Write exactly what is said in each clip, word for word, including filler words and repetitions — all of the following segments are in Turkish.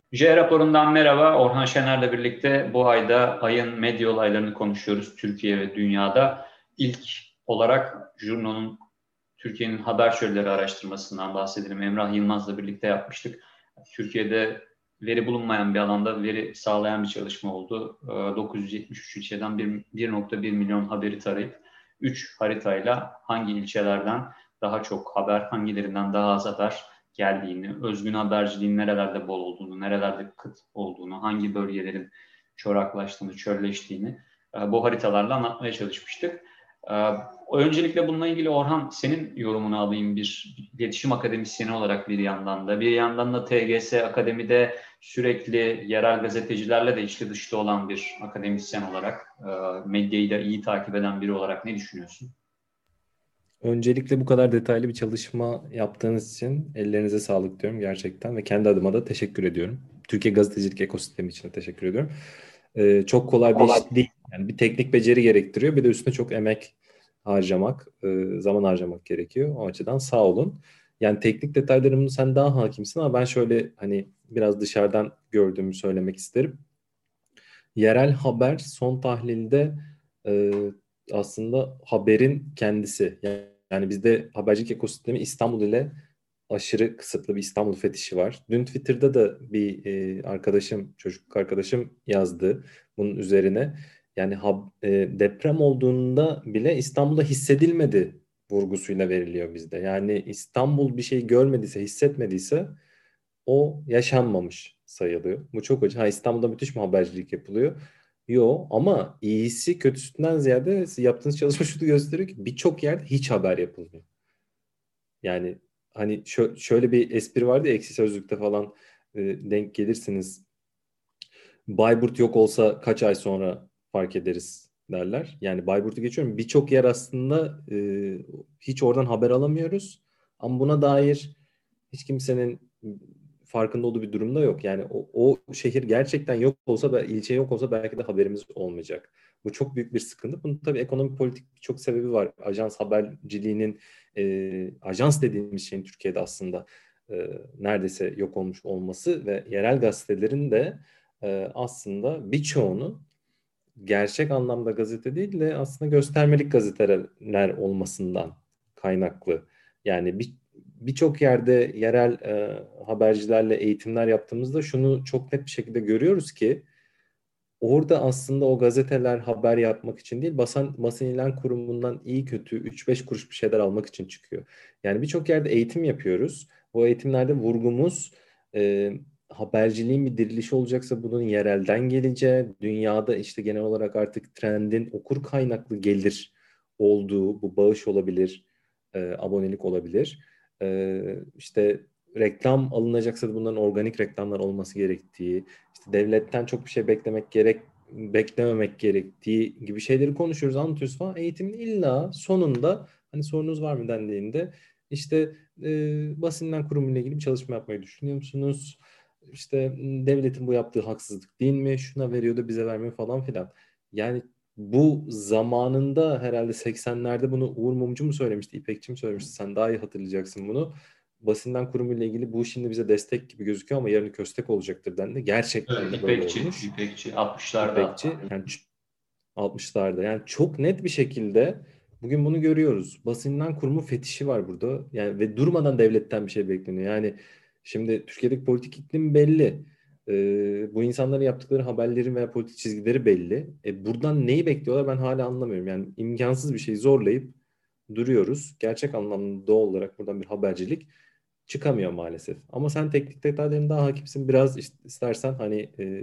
J raporundan merhaba. Orhan Şener'le birlikte bu ayda ayın medya olaylarını konuşuyoruz Türkiye ve dünyada. İlk olarak Jurno'nun Türkiye'nin haber şölleri araştırmasından bahsedelim. Emrah Yılmaz'la birlikte yapmıştık. Türkiye'de veri bulunmayan bir alanda veri sağlayan bir çalışma oldu. dokuz yüz yetmiş üç ilçeden bir nokta bir milyon haberi tarayıp üç haritayla hangi ilçelerden daha çok haber, hangilerinden daha az haber geldiğini, özgün haberciliğin nerelerde bol olduğunu, nerelerde kıt olduğunu, hangi bölgelerin çoraklaştığını, çölleştiğini bu haritalarla anlatmaya çalışmıştık. Öncelikle bununla ilgili Orhan, senin yorumunu alayım bir iletişim akademisyeni olarak bir yandan da. Bir yandan da T G S Akademi'de sürekli yerel gazetecilerle de içli dışlı olan bir akademisyen olarak, medyayı da iyi takip eden biri olarak ne düşünüyorsun? Öncelikle bu kadar detaylı bir çalışma yaptığınız için ellerinize sağlık diyorum gerçekten ve kendi adıma da teşekkür ediyorum. Türkiye gazetecilik ekosistemi için de teşekkür ediyorum. Ee, çok kolay bir iş değil. Yani bir teknik beceri gerektiriyor. Bir de üstüne çok emek harcamak, e, zaman harcamak gerekiyor. O açıdan sağ olun. Yani teknik detaylarımı sen daha hakimsin ama ben şöyle hani biraz dışarıdan gördüğümü söylemek isterim. Yerel haber son tahlilde e, aslında haberin kendisi. Yani bizde habercilik ekosistemi İstanbul ile aşırı kısıtlı bir İstanbul fetişi var. Dün Twitter'da da bir e, arkadaşım, çocukluk arkadaşım yazdı bunun üzerine. Yani hab- e, deprem olduğunda bile İstanbul'da hissedilmedi vurgusuyla veriliyor bizde. Yani İstanbul bir şey görmediyse, hissetmediyse o yaşanmamış sayılıyor. Bu çok acı. Ha, İstanbul'da müthiş mi habercilik yapılıyor? Yo, ama iyisi kötüsünden ziyade yaptığınız çalışma şunu gösteriyor ki birçok yerde hiç haber yapılmıyor. Yani hani şö- şöyle bir espri vardı ya, Ekşi Sözlük'te falan e, denk gelirsiniz. Bayburt yok olsa kaç ay sonra fark ederiz derler. Yani Bayburt'u geçiyorum. Birçok yer aslında e, hiç oradan haber alamıyoruz. Ama buna dair hiç kimsenin farkında olduğu bir durumda yok. Yani o, o şehir gerçekten yok olsa da ilçe yok olsa belki de haberimiz olmayacak. Bu çok büyük bir sıkıntı. Bunun tabii ekonomik politik birçok sebebi var. Ajans haberciliğinin, e, ajans dediğimiz şeyin Türkiye'de aslında e, neredeyse yok olmuş olması ve yerel gazetelerin de e, aslında birçoğunu gerçek anlamda gazete değil de aslında göstermelik gazeteler olmasından kaynaklı. Yani bir birçok yerde yerel e, habercilerle eğitimler yaptığımızda şunu çok net bir şekilde görüyoruz ki orada aslında o gazeteler haber yapmak için değil, basın, basın ilan kurumundan iyi kötü üç beş kuruş bir şeyler almak için çıkıyor. Yani birçok yerde eğitim yapıyoruz. Bu eğitimlerde vurgumuz e, haberciliğin bir dirilişi olacaksa bunun yerelden geleceği, dünyada işte genel olarak artık trendin okur kaynaklı gelir olduğu, bu bağış olabilir, e, abonelik olabilir. E, işte reklam alınacaksa da bunların organik reklamlar olması gerektiği, işte devletten çok bir şey beklemek gerek beklememek gerektiği gibi şeyleri konuşuyoruz, anlatıyoruz falan. Eğitimin illa sonunda hani sorunuz var mı dendiğinde işte e, basından kurumuyla ilgili bir çalışma yapmayı düşünüyor musunuz? İşte devletin bu yaptığı haksızlık değil mi? Şuna veriyor da bize vermiyor falan filan. Yani bu zamanında herhalde seksenlerde bunu Uğur Mumcu mu söylemişti, İpekçi mi söylemişti? Sen daha iyi hatırlayacaksın bunu. Basından kurumuyla ilgili bu şimdi bize destek gibi gözüküyor ama yarın köstek olacaktır dendi. Gerçekten Evet, de böyle İpekçi, olmuş. İpekçi altmışlarda İpekçi hatta. yani ç- altmışlarda yani çok net bir şekilde bugün bunu görüyoruz. Basından kurumu fetişi var burada. Yani ve durmadan devletten bir şey bekleniyor. Yani şimdi Türkiye'deki politik iklim belli. Ee, bu insanların yaptıkları haberlerin veya politik çizgileri belli. E, buradan neyi bekliyorlar ben hala anlamıyorum. Yani imkansız bir şeyi zorlayıp duruyoruz. Gerçek anlamda doğal olarak buradan bir habercilik çıkamıyor maalesef. Ama sen teknik detaylarına daha hakimsin. Biraz işte istersen hani e,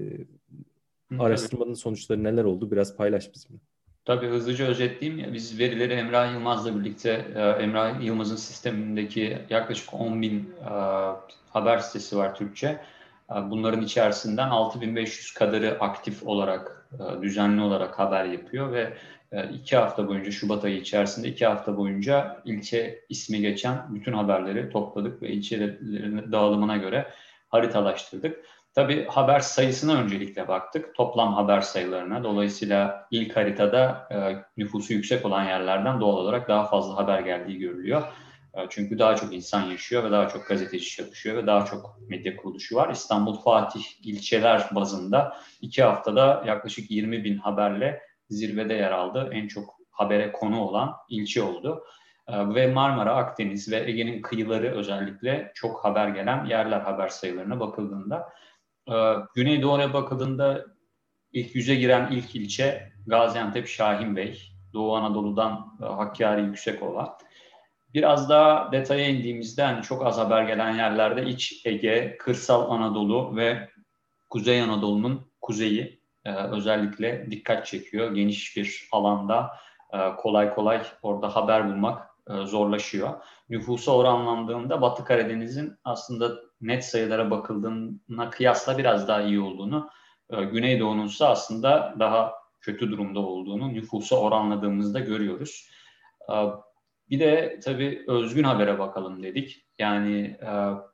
Hı, tabii. araştırmanın sonuçları neler oldu biraz paylaş bizimle. Tabii hızlıca özetleyeyim. Ya, biz verileri Emrah Yılmaz'la birlikte e, Emrah Yılmaz'ın sistemindeki yaklaşık on bin e, haber sitesi var Türkçe. E, bunların içerisinden altı bin beş yüz kadarı aktif olarak, e, düzenli olarak haber yapıyor ve e, iki hafta boyunca, Şubat ayı içerisinde iki hafta boyunca ilçe ismi geçen bütün haberleri topladık ve ilçelerin dağılımına göre haritalaştırdık. Tabii haber sayısına öncelikle baktık. Toplam haber sayılarına. Dolayısıyla ilk haritada e, nüfusu yüksek olan yerlerden doğal olarak daha fazla haber geldiği görülüyor. Çünkü daha çok insan yaşıyor ve daha çok gazeteci çalışıyor ve daha çok medya kuruluşu var. İstanbul Fatih ilçeler bazında iki haftada yaklaşık yirmi bin haberle zirvede yer aldı. En çok habere konu olan ilçe oldu. Ve Marmara, Akdeniz ve Ege'nin kıyıları özellikle çok haber gelen yerler haber sayılarına bakıldığında. Güneydoğu'ya bakıldığında ilk yüze giren ilk ilçe Gaziantep Şahinbey. Doğu Anadolu'dan Hakkari Yüksekova. Biraz daha detaya indiğimizde hani çok az haber gelen yerlerde İç Ege, Kırsal Anadolu ve Kuzey Anadolu'nun kuzeyi e, özellikle dikkat çekiyor. Geniş bir alanda e, kolay kolay orada haber bulmak e, zorlaşıyor. Nüfusa oranlandığında Batı Karadeniz'in aslında net sayılara bakıldığına kıyasla biraz daha iyi olduğunu, e, Güneydoğu'nun ise aslında daha kötü durumda olduğunu nüfusa oranladığımızda görüyoruz. E, Bir de tabii özgün habere bakalım dedik. Yani e,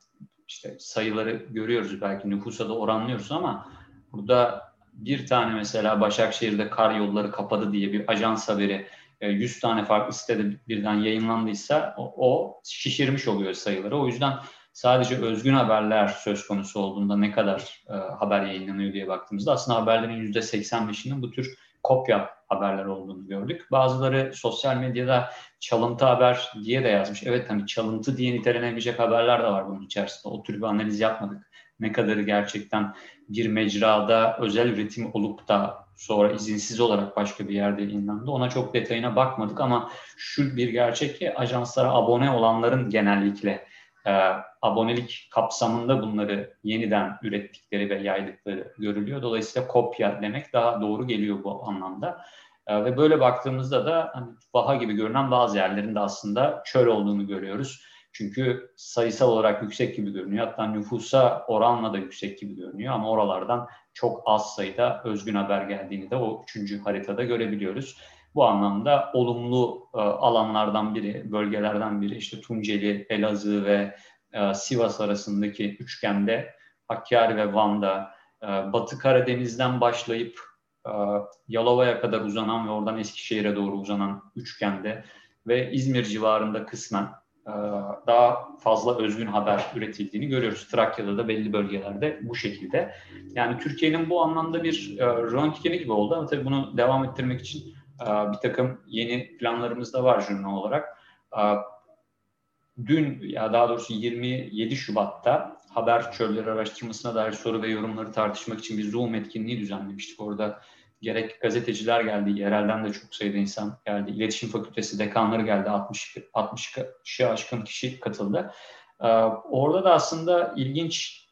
işte sayıları görüyoruz, belki nüfusa da oranlıyoruz ama burada bir tane mesela Başakşehir'de kar yolları kapadı diye bir ajans haberi yüz tane farklı sitede birden yayınlandıysa o, o şişirmiş oluyor sayıları. O yüzden sadece özgün haberler söz konusu olduğunda ne kadar e, haber yayınlanıyor diye baktığımızda aslında haberlerin yüzde seksen beşinin bu tür kopya haberler olduğunu gördük. Bazıları sosyal medyada çalıntı haber diye de yazmış. Evet, hani çalıntı diye nitelenebilecek haberler de var bunun içerisinde. O tür bir analiz yapmadık. Ne kadarı gerçekten bir mecrada özel üretim olup da sonra izinsiz olarak başka bir yerde yayınlandı. Ona çok detayına bakmadık ama şu bir gerçek ki ajanslara abone olanların genellikle e, abonelik kapsamında bunları yeniden ürettikleri ve yaydıkları görülüyor. Dolayısıyla kopya demek daha doğru geliyor bu anlamda. E, ve böyle baktığımızda da hani vaha gibi görünen bazı yerlerin de aslında çöl olduğunu görüyoruz. Çünkü sayısal olarak yüksek gibi görünüyor. Hatta nüfusa oranla da yüksek gibi görünüyor. Ama oralardan çok az sayıda özgün haber geldiğini de o üçüncü haritada görebiliyoruz. Bu anlamda olumlu e, alanlardan biri, bölgelerden biri işte Tunceli, Elazığ ve e, Sivas arasındaki üçgende, Hakkari ve Van'da, e, Batı Karadeniz'den başlayıp e, Yalova'ya kadar uzanan ve oradan Eskişehir'e doğru uzanan üçgende ve İzmir civarında kısmen e, daha fazla özgün haber üretildiğini görüyoruz. Trakya'da da belli bölgelerde bu şekilde. Yani Türkiye'nin bu anlamda bir e, röntgeni gibi oldu ama tabii bunu devam ettirmek için e, bir takım yeni planlarımız da var jurnal olarak. E, Dün, ya daha doğrusu yirmi yedi Şubat'ta haber çölleri araştırmasına dair soru ve yorumları tartışmak için bir Zoom etkinliği düzenlemiştik. Orada gerek gazeteciler geldi, yerelden de çok sayıda insan geldi. İletişim Fakültesi dekanları geldi, altmış altmışı aşkın kişi katıldı. Ee, orada da aslında ilginç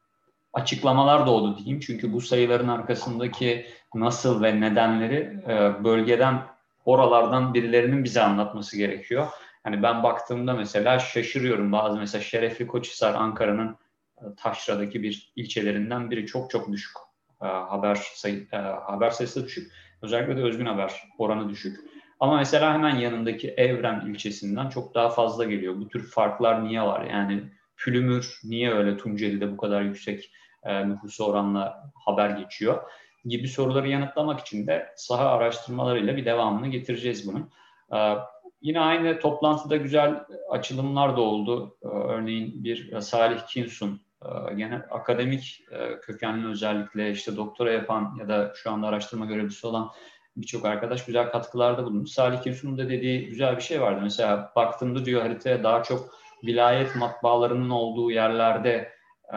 açıklamalar doğdu diyeyim. Çünkü bu sayıların arkasındaki nasıl ve nedenleri e, bölgeden, oralardan birilerinin bize anlatması gerekiyor. Hani ben baktığımda mesela şaşırıyorum. Bazı mesela Şerefli Koçhisar, Ankara'nın e, taşradaki bir ilçelerinden biri, çok çok düşük. E, haber sayı, e, haber sayısı düşük. Özellikle de özgün haber oranı düşük. Ama mesela hemen yanındaki Evren ilçesinden çok daha fazla geliyor. Bu tür farklar niye var? Yani Pülümür niye öyle Tunceli'de bu kadar yüksek e, nüfusu oranla haber geçiyor gibi soruları yanıtlamak için de saha araştırmalarıyla bir devamını getireceğiz bunun. E, yine aynı toplantıda güzel açılımlar da oldu. E, örneğin bir e, Salih Kinsun, e, gene akademik e, kökenli, özellikle işte doktora yapan ya da şu anda araştırma görevlisi olan birçok arkadaş güzel katkılarda bulundu. Salih Kinsun'un da dediği güzel bir şey vardı. Mesela baktığımda diyor, haritaya daha çok vilayet matbaalarının olduğu yerlerde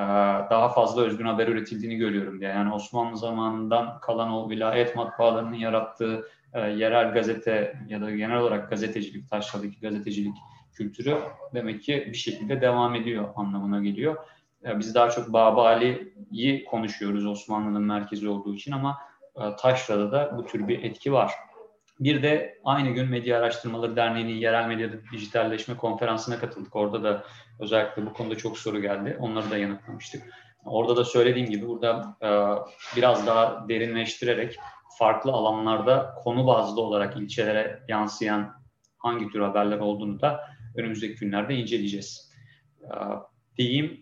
daha fazla özgün haber üretildiğini görüyorum diye. Yani Osmanlı zamanından kalan o vilayet matbaalarının yarattığı e, yerel gazete ya da genel olarak gazetecilik, taşradaki gazetecilik kültürü demek ki bir şekilde devam ediyor anlamına geliyor. E, biz daha çok Babali'yi konuşuyoruz Osmanlı'nın merkezi olduğu için ama e, taşrada da bu tür bir etki var. Bir de aynı gün Medya Araştırmaları Derneği'nin yerel medyada dijitalleşme konferansına katıldık. Orada da özellikle bu konuda çok soru geldi. Onları da yanıtlamıştık. Orada da söylediğim gibi burada e, biraz daha derinleştirerek farklı alanlarda konu bazlı olarak ilçelere yansıyan hangi tür haberler olduğunu da önümüzdeki günlerde inceleyeceğiz. E, diyeyim,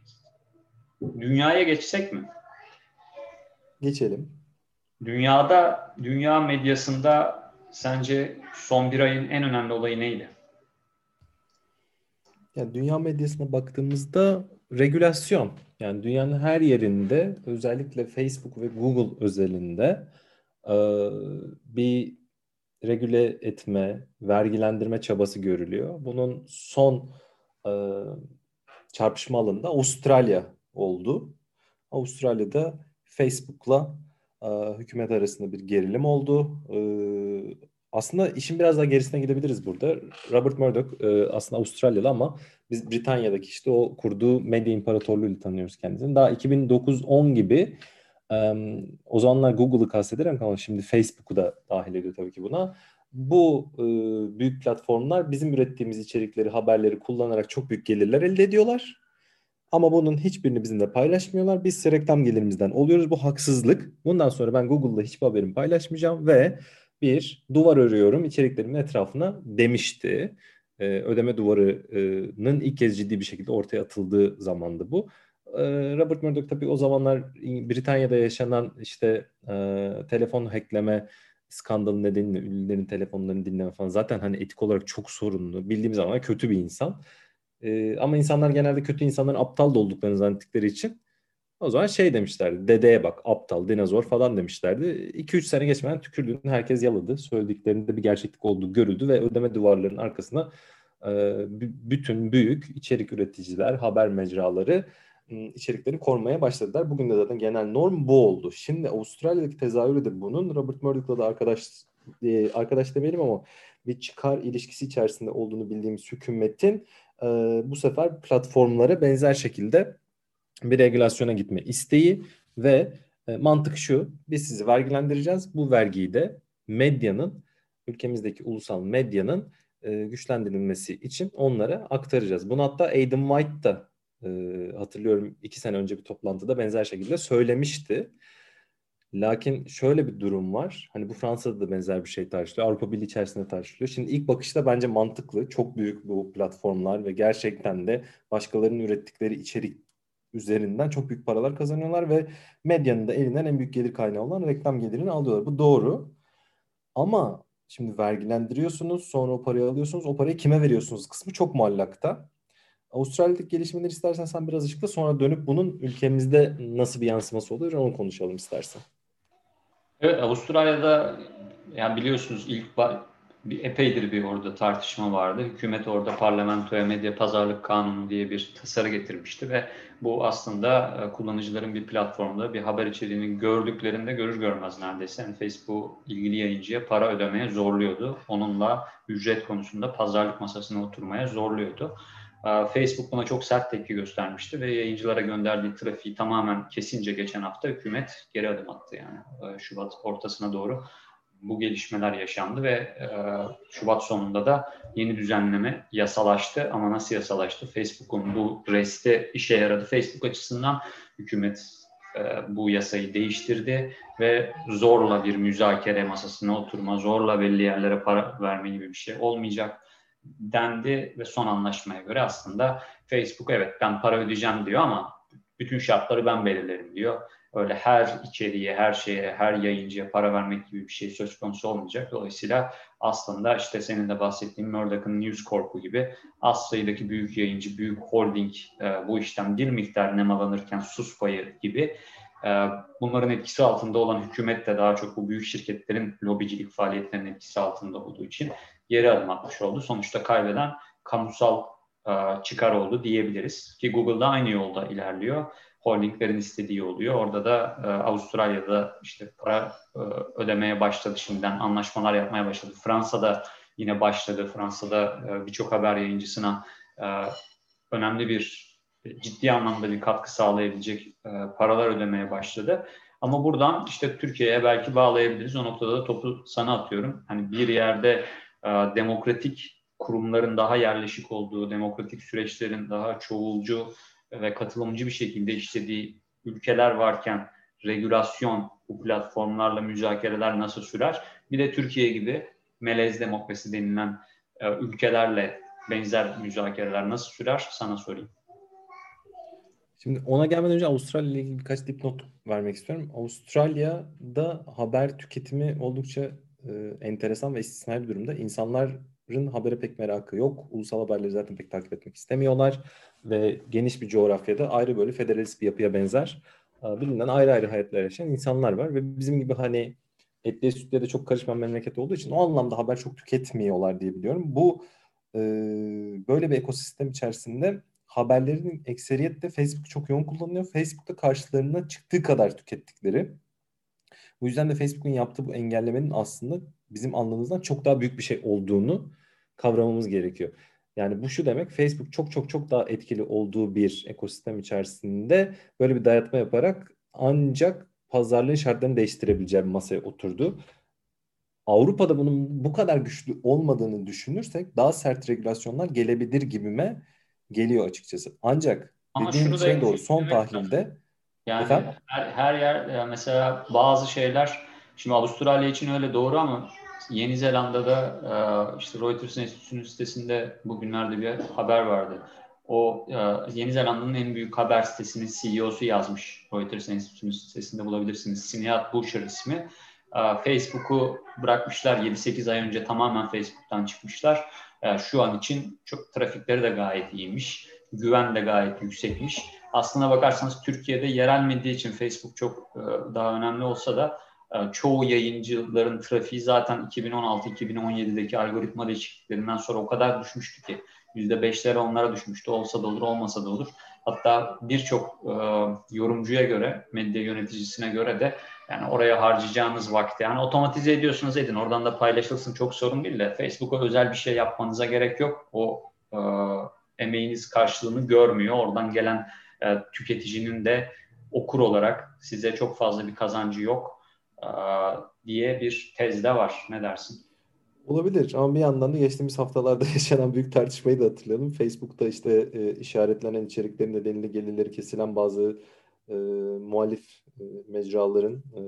dünyaya geçsek mi? Geçelim. Dünyada, dünya medyasında sence son bir ayın en önemli olayı neydi? Yani dünya medyasına baktığımızda regülasyon, yani dünyanın her yerinde özellikle Facebook ve Google özelinde e, bir regüle etme, vergilendirme çabası görülüyor. Bunun son e, çarpışma alanında Avustralya oldu. Avustralya'da Facebook'la e, hükümet arasında bir gerilim oldu. E, aslında işin biraz daha gerisine gidebiliriz burada. Robert Murdoch e, aslında Avustralyalı ama biz Britanya'daki işte o kurduğu medya imparatorluğuyla tanıyoruz kendisini. Daha iki bin dokuz on gibi e, o zamanlar Google'ı kastederek ama şimdi Facebook'u da dahil ediyor tabii ki buna. Bu e, büyük platformlar bizim ürettiğimiz içerikleri, haberleri kullanarak çok büyük gelirler elde ediyorlar. Ama bunun hiçbirini bizimle paylaşmıyorlar. Biz ise reklam gelirimizden oluyoruz. Bu haksızlık. Bundan sonra ben Google'da hiçbir haberimi paylaşmayacağım ve bir duvar örüyorum içeriklerimin etrafına demişti. Ee, ödeme duvarının ilk kez ciddi bir şekilde ortaya atıldığı zamandı bu. Ee, Robert Murdoch tabii o zamanlar Britanya'da yaşanan işte e, telefon hackleme skandalı nedeniyle ünlülerin telefonlarını dinleme falan zaten hani etik olarak çok sorunlu. Bildiğimiz zaman kötü bir insan. Ee, ama insanlar genelde kötü insanların aptal da olduklarını zannettikleri için o zaman şey demişlerdi. Dedeye bak aptal, dinozor falan demişlerdi. iki üç sene geçmeden tükürdüğünü herkes yaladı. Söylediklerinde bir gerçeklik olduğu görüldü ve ödeme duvarlarının arkasına e, b- bütün büyük içerik üreticiler, haber mecraları m, içeriklerini korumaya başladılar. Bugün de zaten genel norm bu oldu. Şimdi Avustralya'daki tezahürü de bunun. Robert Murdoch'la da arkadaş e, arkadaş demeyelim ama bir çıkar ilişkisi içerisinde olduğunu bildiğimiz hükümetin e, bu sefer platformlara benzer şekilde bir regülasyona gitme isteği ve e, mantık şu: biz sizi vergilendireceğiz. Bu vergiyi de medyanın, ülkemizdeki ulusal medyanın e, güçlendirilmesi için onlara aktaracağız. Bunu hatta Aidan White da e, hatırlıyorum iki sene önce bir toplantıda benzer şekilde söylemişti. Lakin şöyle bir durum var. Hani bu Fransa'da da benzer bir şey tartışılıyor. Avrupa Birliği içerisinde tartışılıyor. Şimdi ilk bakışta bence mantıklı. Çok büyük bu platformlar ve gerçekten de başkalarının ürettikleri içerik üzerinden çok büyük paralar kazanıyorlar ve medyanın da elinden en büyük gelir kaynağı olan reklam gelirini alıyorlar. Bu doğru. Ama şimdi vergilendiriyorsunuz, sonra o parayı alıyorsunuz. O parayı kime veriyorsunuz kısmı çok muallakta. Avustralya'daki gelişmeleri istersen sen biraz açıkla, sonra dönüp bunun ülkemizde nasıl bir yansıması oluyor onu konuşalım istersen. Evet, Avustralya'da yani biliyorsunuz ilk ba- bir epeydir bir orada tartışma vardı. Hükümet orada parlamentoya medya pazarlık kanunu diye bir tasarı getirmişti ve bu aslında e, kullanıcıların bir platformda bir haber içeriğini gördüklerinde görür görmez neredeyse yani Facebook ilgili yayıncıya para ödemeye zorluyordu. Onunla ücret konusunda pazarlık masasına oturmaya zorluyordu. Facebook buna çok sert tepki göstermişti ve yayıncılara gönderdiği trafiği tamamen kesince geçen hafta hükümet geri adım attı yani. Şubat ortasına doğru bu gelişmeler yaşandı ve Şubat sonunda da yeni düzenleme yasalaştı. Ama nasıl yasalaştı? Facebook'un bu resti işe yaradı. Facebook açısından hükümet bu yasayı değiştirdi ve zorla bir müzakere masasına oturma, zorla belli yerlere para verme gibi bir şey olmayacak dendi ve son anlaşmaya göre aslında Facebook evet ben para ödeyeceğim diyor ama bütün şartları ben belirlerim diyor. Öyle her içeriğe, her şeye, her yayıncıya para vermek gibi bir şey söz konusu olmayacak. Dolayısıyla aslında işte senin de bahsettiğin Murdoch'ın News Corp'u gibi az sayıdaki büyük yayıncı, büyük holding e, bu işten bir miktar nemalanırken sus payı gibi e, bunların etkisi altında olan hükümet de daha çok bu büyük şirketlerin lobicilik faaliyetlerinin etkisi altında olduğu için geri adım atmış oldu. Sonuçta kaybeden kamusal e, çıkar oldu diyebiliriz. Ki Google'da aynı yolda ilerliyor. Holdinglerin istediği oluyor. Orada da e, Avustralya'da işte para e, ödemeye başladı şimdiden. Anlaşmalar yapmaya başladı. Fransa'da yine başladı. Fransa'da e, birçok haber yayıncısına e, önemli bir ciddi anlamda bir katkı sağlayabilecek e, paralar ödemeye başladı. Ama buradan işte Türkiye'ye belki bağlayabiliriz. O noktada da topu sana atıyorum. Hani bir yerde e, demokratik kurumların daha yerleşik olduğu, demokratik süreçlerin daha çoğulcu ve katılımcı bir şekilde işlediği ülkeler varken regülasyon, bu platformlarla müzakereler nasıl sürer? Bir de Türkiye gibi melez demokrasi denilen e, ülkelerle benzer müzakereler nasıl sürer? Sana sorayım. Şimdi ona gelmeden önce Avustralya ile ilgili birkaç dipnot vermek istiyorum. Avustralya'da haber tüketimi oldukça e, enteresan ve istisnai bir durumda. İnsanlar habere pek merakı yok. Ulusal haberleri zaten pek takip etmek istemiyorlar. Ve geniş bir coğrafyada ayrı böyle federalist bir yapıya benzer birbirinden ayrı ayrı hayatlar yaşayan insanlar var. Ve bizim gibi hani etliye sütlüye de çok karışmayan memleket olduğu için o anlamda haber çok tüketmiyorlar diye biliyorum. Bu e, böyle bir ekosistem içerisinde haberlerin ekseriyette Facebook çok yoğun kullanılıyor. Facebook'ta karşılarına çıktığı kadar tükettikleri. Bu yüzden de Facebook'un yaptığı bu engellemenin aslında bizim anlamımızdan çok daha büyük bir şey olduğunu kavramamız gerekiyor. Yani bu şu demek, Facebook çok çok çok daha etkili olduğu bir ekosistem içerisinde böyle bir dayatma yaparak ancak pazarlığın şartlarını değiştirebileceği bir masaya oturdu. Avrupa'da bunun bu kadar güçlü olmadığını düşünürsek daha sert regülasyonlar gelebilir gibime geliyor açıkçası. Ancak Ama dediğin şunu da şey doğru. Son eklemek lazım. tahlilde Yani efendim. her, her yer e, mesela bazı şeyler, şimdi Avustralya için öyle doğru ama Yeni Zelanda'da e, işte Reuters Enstitüsü'nün sitesinde bugünlerde bir haber vardı. O e, Yeni Zelanda'nın en büyük haber sitesinin C E O'su yazmış. Reuters Enstitüsü'nün sitesinde bulabilirsiniz. Sinead Busher ismi. E, Facebook'u bırakmışlar yedi sekiz ay önce, tamamen Facebook'tan çıkmışlar. E, şu an için çok trafikleri de gayet iyiymiş. Güven de gayet yüksekmiş. Aslına bakarsanız Türkiye'de yerel medya için Facebook çok e, daha önemli olsa da e, çoğu yayıncıların trafiği zaten iki bin on altı iki bin on yedideki algoritma değişikliklerinden sonra o kadar düşmüştü ki yüzde beşlere onlara düşmüştü. Olsa da olur, olmasa da olur. Hatta birçok e, yorumcuya göre, medya yöneticisine göre de yani oraya harcayacağınız vakti yani otomatize ediyorsunuz, edin. Oradan da paylaşılsın, çok sorun değil de Facebook'a özel bir şey yapmanıza gerek yok. O e, emeğiniz karşılığını görmüyor. Oradan gelen e, tüketicinin de okur olarak size çok fazla bir kazancı yok e, diye bir tez de var. Ne dersin? Olabilir ama bir yandan da geçtiğimiz haftalarda yaşanan büyük tartışmayı da hatırlayalım. Facebook'ta işte e, işaretlenen içeriklerin nedeniyle gelirleri kesilen bazı e, muhalif e, mecraların e,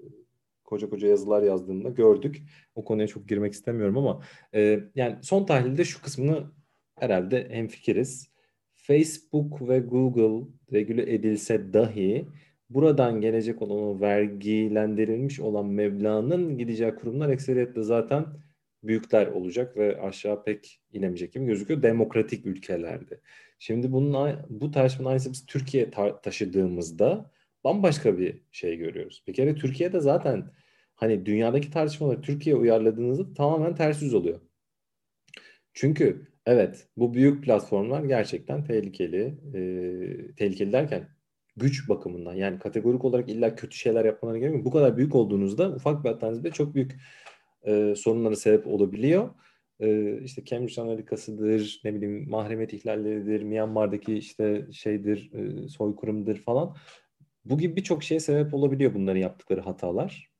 koca koca yazılar yazdığını da gördük. O konuya çok girmek istemiyorum ama e, yani son tahlilde şu kısmını herhalde hemfikiriz. Facebook ve Google regüle edilse dahi buradan gelecek olan o vergilendirilmiş olan meblağın gideceği kurumlar ekseriyetle zaten büyükler olacak ve aşağı pek inemeyecek gibi gözüküyor demokratik ülkelerde. Şimdi bunun bu tartışmanın aynısı biz Türkiye'ye ta- taşıdığımızda bambaşka bir şey görüyoruz. Bir kere Türkiye'de zaten hani dünyadaki tartışmaları Türkiye'ye uyarladığınızda tamamen ters yüz oluyor. Çünkü evet bu büyük platformlar gerçekten tehlikeli. Ee, tehlikeli derken güç bakımından yani kategorik olarak illa kötü şeyler yapmaları gerekmiyor. Bu kadar büyük olduğunuzda ufak bir hatanızda çok büyük e, sorunlara sebep olabiliyor. E, işte Cambridge Analytica'sıdır, ne bileyim mahremiyet ihlalleridir, Myanmar'daki işte şeydir, e, soykırımdır falan. Bu gibi birçok şeye sebep olabiliyor bunların yaptıkları hatalar.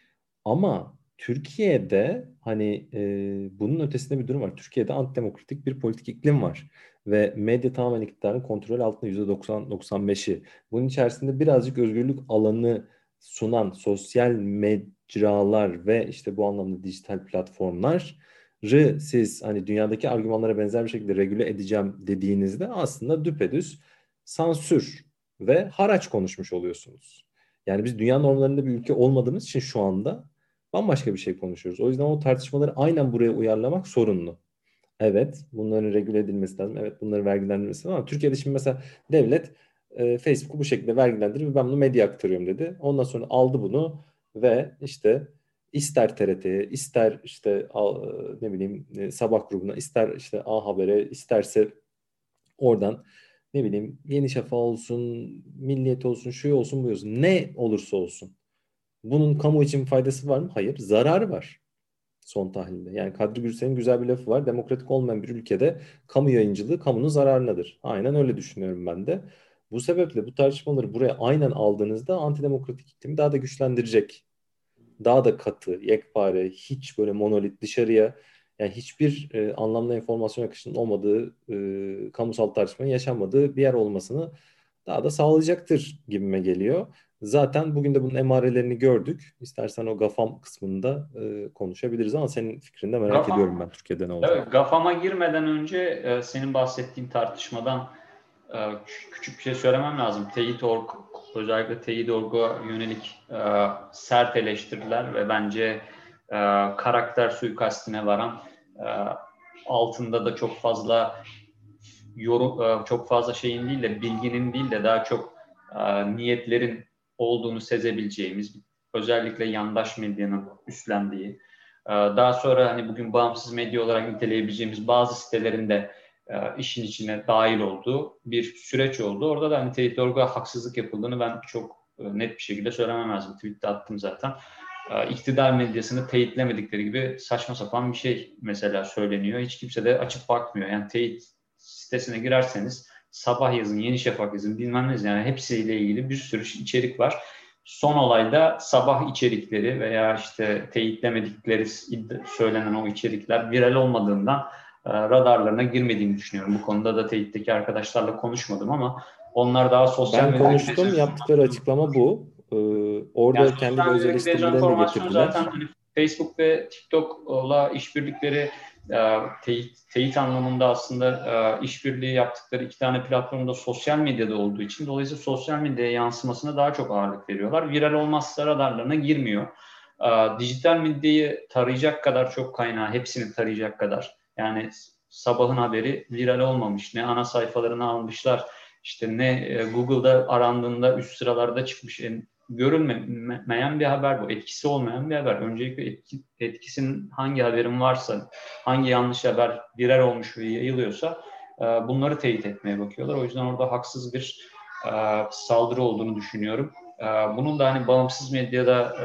Ama Türkiye'de hani e, bunun ötesinde bir durum var. Türkiye'de antidemokratik bir politik iklim var. Ve medya tamamen iktidarın kontrol altında yüzde doksan doksan beşi. Bunun içerisinde birazcık özgürlük alanı sunan sosyal mecralar ve işte bu anlamda dijital platformları siz hani dünyadaki argümanlara benzer bir şekilde regüle edeceğim dediğinizde aslında düpedüz sansür ve haraç konuşmuş oluyorsunuz. Yani biz dünya normlarında bir ülke olmadığımız için şu anda bambaşka bir şey konuşuyoruz. O yüzden o tartışmaları aynen buraya uyarlamak sorunlu. Evet, bunların regüle edilmesi lazım. Evet, bunların vergilendirilmesi lazım. Ama Türkiye'de şimdi mesela devlet e, Facebook'u bu şekilde vergilendirir ve ben bunu medya aktarıyorum dedi. Ondan sonra aldı bunu ve işte ister T R T'ye, ister işte al- ne bileyim e, Sabah grubuna, ister işte A Haber'e, isterse oradan ne bileyim Yeni Şafak olsun, Milliyet olsun, şu olsun, bu olsun. Ne olursa olsun. Bunun kamu için faydası var mı? Hayır. Zararı var son tahlilde. Yani Kadri Gürsel'in güzel bir lafı var. Demokratik olmayan bir ülkede kamu yayıncılığı kamunun zararınadır. Aynen öyle düşünüyorum ben de. Bu sebeple bu tartışmaları buraya aynen aldığınızda antidemokratik iklimi daha da güçlendirecek. Daha da katı, yekpare, hiç böyle monolit dışarıya yani hiçbir e, anlamlı enformasyon akışının olmadığı, e, kamusal tartışmanın yaşanmadığı bir yer olmasını daha da sağlayacaktır gibime geliyor. Zaten bugün de bunun emarelerini gördük. İstersen o GAFAM kısmında e, konuşabiliriz ama senin fikrini de merak GAFAM, ediyorum ben Türkiye'de ne olacak. evet, GAFAM'a girmeden önce e, senin bahsettiğin tartışmadan e, kü- küçük bir şey söylemem lazım. Teyit nokta org, özellikle Teyit nokta org'a yönelik e, sert eleştiriler ve bence e, karakter suikastine varan e, altında da çok fazla yorum, çok fazla şeyin değil de bilginin değil de daha çok e, niyetlerin olduğunu sezebileceğimiz, özellikle yandaş medyanın üstlendiği, e, daha sonra hani bugün bağımsız medya olarak niteleyebileceğimiz bazı sitelerin de e, işin içine dahil olduğu bir süreç oldu. Orada da hani Teyit Org'a haksızlık yapıldığını ben çok e, net bir şekilde söylemem lazım. Tweet'te attım zaten. E, iktidar medyasını teyitlemedikleri gibi saçma sapan bir şey mesela söyleniyor. Hiç kimse de açıp bakmıyor. Yani teyit sitesine girerseniz Sabah yazın, Yeni Şafak yazın, bilmem ne, yani hepsiyle ilgili bir sürü içerik var. Son olayda sabah içerikleri veya işte teyitlemedikleri söylenen o içerikler viral olmadığından e, radarlarına girmediğini düşünüyorum. Bu konuda da teyitteki arkadaşlarla konuşmadım ama onlar daha sosyal Ben medyada konuştum. Yaptıkları açıklama bu. Ee, yani orada kendi sosyal öz medyadaki eleştirilerini de dezenformasyon zaten getirdiler. hani Facebook ve TikTok'la işbirlikleri, e, teyit, teyit anlamında aslında e, işbirliği yaptıkları iki tane platformda sosyal medyada olduğu için dolayısıyla sosyal medyaya yansımasına daha çok ağırlık veriyorlar. Viral olmazsa radarlarına girmiyor. E, dijital medyayı tarayacak kadar çok kaynağı, hepsini tarayacak kadar. Yani sabahın haberi viral olmamış. Ne ana sayfalarını almışlar, işte ne e, Google'da arandığında üst sıralarda çıkmış. En, görülmeyen bir haber bu. Etkisi olmayan bir haber. Öncelikle etki, etkisinin hangi haberin varsa, hangi yanlış haber birer olmuş ve yayılıyorsa e, bunları teyit etmeye bakıyorlar. O yüzden orada haksız bir e, saldırı olduğunu düşünüyorum. E, bunun da hani bağımsız medyada e,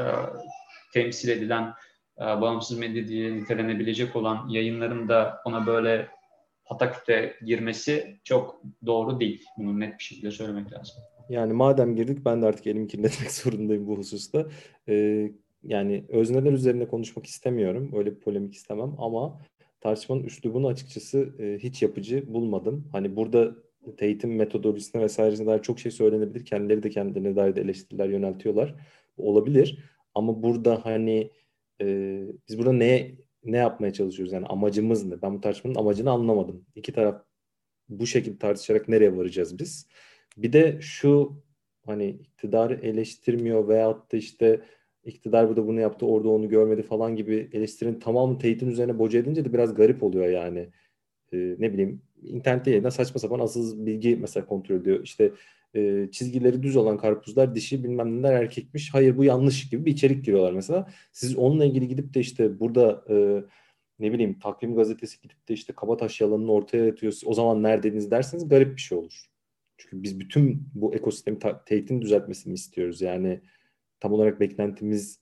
temsil edilen, e, bağımsız medya diye nitelenebilecek olan yayınların da ona böyle pataküte girmesi çok doğru değil. Bunu net bir şekilde söylemek lazım. Yani madem girdik ben de artık elimi kirletmek zorundayım bu hususta. Ee, yani özneler üzerine konuşmak istemiyorum. Öyle bir polemik istemem ama tartışmanın üslubunu açıkçası e, hiç yapıcı bulmadım. Hani burada eğitim metodolojisine vesairesine dair çok şey söylenebilir. Kendileri de kendilerine dair de eleştiriler yöneltiyorlar. Bu olabilir. Ama burada hani e, biz burada ne ne yapmaya çalışıyoruz? Yani amacımız ne? Ben bu tartışmanın amacını anlamadım. İki taraf bu şekilde tartışarak nereye varacağız biz? Bir de şu, hani iktidarı eleştirmiyor veyahut da işte iktidar burada bunu yaptı, orada onu görmedi falan gibi eleştirinin tamamı teyitin üzerine boca edince de biraz garip oluyor yani. Ee, ne bileyim, internette yayınlanan saçma sapan asıl bilgi mesela kontrol ediyor. İşte e, çizgileri düz olan karpuzlar dişi, bilmem neler erkekmiş. Hayır bu yanlış gibi bir içerik giriyorlar mesela. Siz onunla ilgili gidip de işte burada e, ne bileyim Takvim Gazetesi gidip de işte Kabataş yalanını ortaya atıyor. O zaman neredeydiniz derseniz garip bir şey olur. Çünkü biz bütün bu ekosistemi ta- teyitin düzeltmesini istiyoruz. Yani tam olarak beklentimiz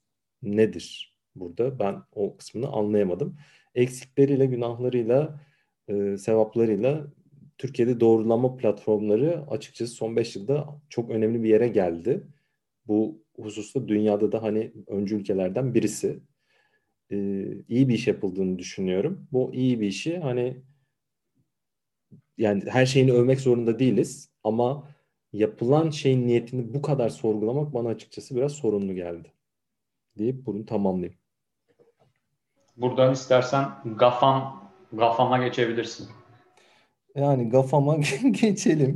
nedir burada? Ben o kısmını anlayamadım. Eksikleriyle, günahlarıyla, e, sevaplarıyla Türkiye'de doğrulama platformları açıkçası son beş yılda çok önemli bir yere geldi. Bu hususta dünyada da hani öncü ülkelerden birisi. E, iyi bir iş yapıldığını düşünüyorum. Bu iyi bir işi hani, yani her şeyini övmek zorunda değiliz ama yapılan şeyin niyetini bu kadar sorgulamak bana açıkçası biraz sorunlu geldi deyip bunu tamamlayayım. Buradan istersen Gafam, Gafam'a geçebilirsin. Yani GAFAM'a geçelim.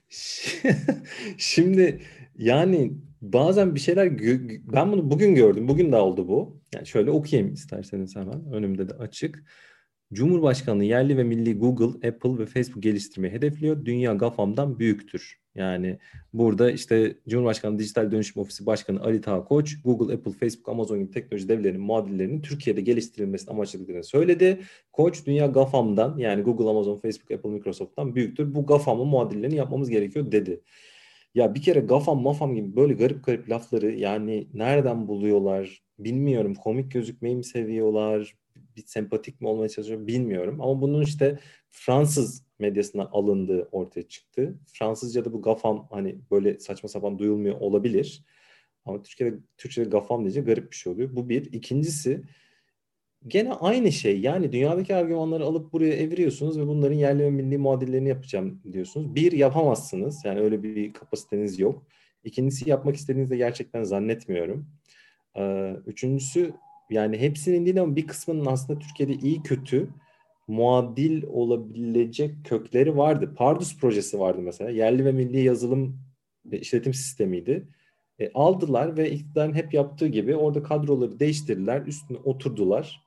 Şimdi yani bazen bir şeyler gö- ben bunu bugün gördüm. Bugün de oldu bu. Yani şöyle okuyayım isterseniz hemen. Önümde de açık. Cumhurbaşkanlığı yerli ve milli Google, Apple ve Facebook geliştirmeyi hedefliyor. Dünya GAFAM'dan büyüktür. Yani burada işte Cumhurbaşkanlığı Dijital Dönüşüm Ofisi Başkanı Ali Taha Koç, Google, Apple, Facebook, Amazon gibi teknoloji devlerinin muadillerinin Türkiye'de geliştirilmesini amaçladığını söyledi. Koç dünya GAFAM'dan, yani Google, Amazon, Facebook, Apple, Microsoft'tan büyüktür. Bu GAFAM'ın muadillerini yapmamız gerekiyor dedi. Ya bir kere GAFAM, MAFAM gibi böyle garip garip lafları yani nereden buluyorlar bilmiyorum. Komik gözükmeyi mi seviyorlar? Bir sempatik mi olmaya çalışıyor bilmiyorum. Ama bunun işte Fransız medyasından alındığı ortaya çıktı. Fransızca'da bu GAFAM hani böyle saçma sapan duyulmuyor olabilir. Ama Türkiye'de, Türkçe'de GAFAM deyince garip bir şey oluyor. Bu bir. İkincisi, gene aynı şey. Yani dünyadaki argümanları alıp buraya eviriyorsunuz ve bunların yerli ve milli muadillerini yapacağım diyorsunuz. Bir, yapamazsınız. Yani öyle bir kapasiteniz yok. İkincisi, yapmak istediğinizi de gerçekten zannetmiyorum. Ee, üçüncüsü, yani hepsinin değil ama bir kısmının aslında Türkiye'de iyi kötü muadil olabilecek kökleri vardı. Pardus projesi vardı mesela. Yerli ve milli yazılım ve işletim sistemiydi. E, aldılar ve iktidarın hep yaptığı gibi orada kadroları değiştirdiler, üstüne oturdular.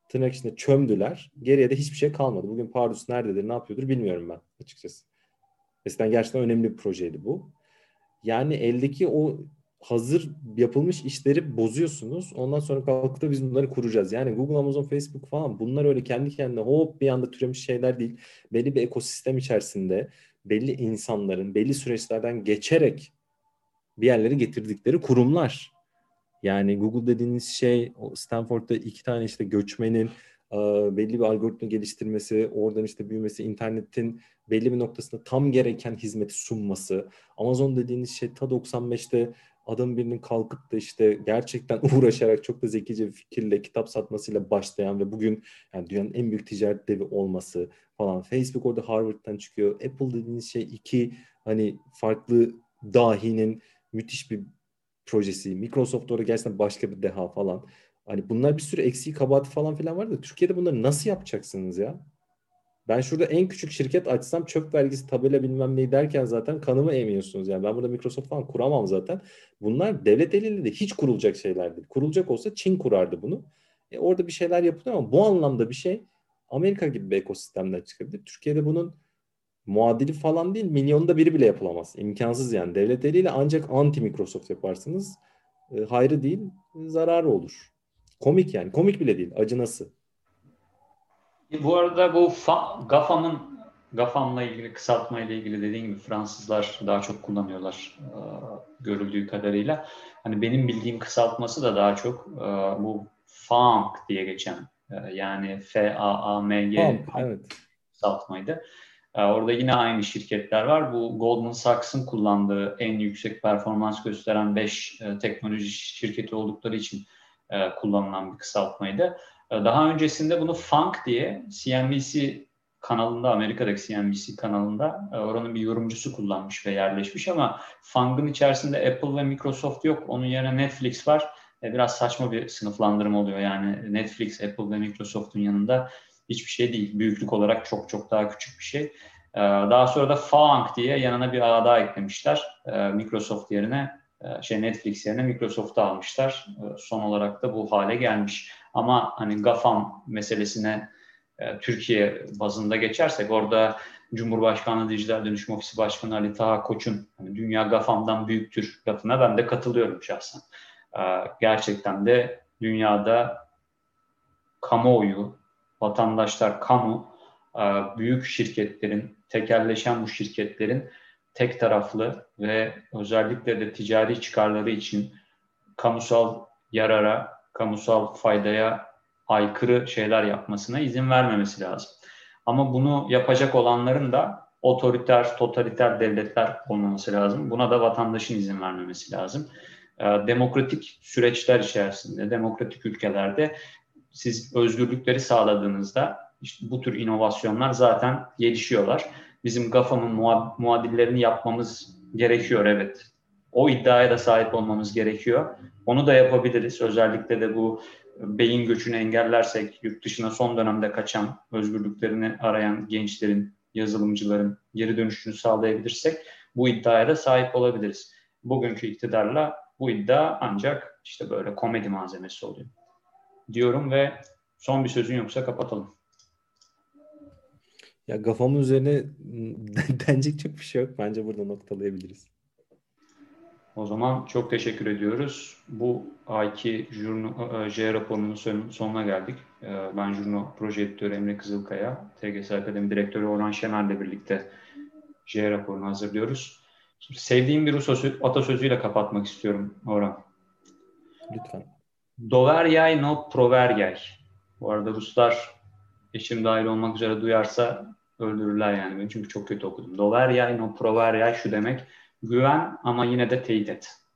tırnak içinde çömdüler. Geriye de hiçbir şey kalmadı. Bugün Pardus nerededir, ne yapıyordur bilmiyorum ben açıkçası. Eskiden gerçekten önemli bir projeydi bu. Yani eldeki o hazır yapılmış işleri bozuyorsunuz. Ondan sonra kalkıp da biz bunları kuracağız. Yani Google, Amazon, Facebook falan bunlar öyle kendi kendine hop bir anda türemiş şeyler değil. Belli bir ekosistem içerisinde belli insanların belli süreçlerden geçerek bir yerlere getirdikleri kurumlar. Yani Google dediğiniz şey, o Stanford'da iki tane işte göçmenin e, belli bir algoritma geliştirmesi, oradan işte büyümesi, internetin belli bir noktasında tam gereken hizmeti sunması. Amazon dediğiniz şey ta doksan beşte adam birinin kalkıp da işte gerçekten uğraşarak çok da zekice bir fikirle kitap satmasıyla başlayan ve bugün yani dünyanın en büyük ticaret devi olması falan. Facebook orada Harvard'dan çıkıyor. Apple dediğiniz şey iki hani farklı dahinin müthiş bir projesi. Microsoft orada gerçekten başka bir deha falan. Hani bunlar bir sürü eksiği kabahati falan filan var da Türkiye'de bunları nasıl yapacaksınız ya? Ben şurada en küçük şirket açsam çöp vergisi tabela bilmem neyi derken zaten kanımı emiyorsunuz. Yani ben burada Microsoft falan kuramam zaten. Bunlar devlet eliyle de hiç kurulacak şeyler değil. Kurulacak olsa Çin kurardı bunu. E orada bir şeyler yapılıyor ama bu anlamda bir şey Amerika gibi bir ekosistemden çıkabilir. Türkiye'de bunun muadili falan değil, milyonda biri bile yapılamaz. İmkansız yani. Devlet eliyle ancak anti Microsoft yaparsınız. E, hayrı değil, zararı olur. Komik yani. Komik bile değil. Acınası. E, Bu arada bu fa- GAFAM'ın GAFAM'la ilgili kısaltma ile ilgili dediğim gibi Fransızlar daha çok kullanıyorlar e, görüldüğü kadarıyla. Hani benim bildiğim kısaltması da daha çok e, bu FAMG diye geçen e, yani F A A M G Pump, evet. kısaltmaydı. E, orada yine aynı şirketler var. Bu Goldman Sachs'ın kullandığı en yüksek performans gösteren beş e, teknoloji şirketi oldukları için e, kullanılan bir kısaltmaydı. Daha öncesinde bunu Funk diye C N B C kanalında, Amerika'daki C N B C kanalında oranın bir yorumcusu kullanmış ve yerleşmiş ama Funk'ın içerisinde Apple ve Microsoft yok. Onun yerine Netflix var. Biraz saçma bir sınıflandırma oluyor. Yani Netflix, Apple ve Microsoft'un yanında hiçbir şey değil. Büyüklük olarak çok çok daha küçük bir şey. Daha sonra da Funk diye yanına bir ağ daha eklemişler. Microsoft yerine, şey Netflix yerine Microsoft'u almışlar. Son olarak da bu hale gelmiş. Ama hani GAFAM meselesine e, Türkiye bazında geçersek orada Cumhurbaşkanlığı Dijital Dönüşüm Ofisi Başkanı Ali Taha Koç'un hani dünya GAFAM'dan büyüktür lafına ben de katılıyorum şahsen. E, gerçekten de dünyada kamuoyu, vatandaşlar, kamu, e, büyük şirketlerin, tekelleşen bu şirketlerin tek taraflı ve özellikle de ticari çıkarları için kamusal yarara, kamusal faydaya aykırı şeyler yapmasına izin vermemesi lazım. Ama bunu yapacak olanların da otoriter, totaliter devletler olmaması lazım. Buna da vatandaşın izin vermemesi lazım. Demokratik süreçler içerisinde, demokratik ülkelerde siz özgürlükleri sağladığınızda işte bu tür inovasyonlar zaten gelişiyorlar. Bizim GAFA'nın muadillerini yapmamız gerekiyor, evet. O iddiaya da sahip olmamız gerekiyor. Onu da yapabiliriz. Özellikle de bu beyin göçünü engellersek, yurt dışına son dönemde kaçan, özgürlüklerini arayan gençlerin, yazılımcıların geri dönüşünü sağlayabilirsek bu iddiaya da sahip olabiliriz. Bugünkü iktidarla bu iddia ancak işte böyle komedi malzemesi oluyor diyorum ve son bir sözün yoksa kapatalım. Ya GAFAM'ın üzerine denecek çok bir şey yok. Bence burada noktalayabiliriz. O zaman çok teşekkür ediyoruz. Bu ayki Jurno, J raporunun sonuna geldik. Ben Jurno Proje Editörü Emre Kızılkaya, T G S Akademi Direktörü Orhan Şener'le birlikte J raporunu hazırlıyoruz. Şimdi sevdiğim bir Rus atasözüyle kapatmak istiyorum Orhan. Lütfen. Doveryay no proveryay. Bu arada Ruslar eşim dahil olmak üzere duyarsa öldürürler yani beni çünkü çok kötü okudum. Doveryay no proveryay şu demek: güven ama yine de teyit et.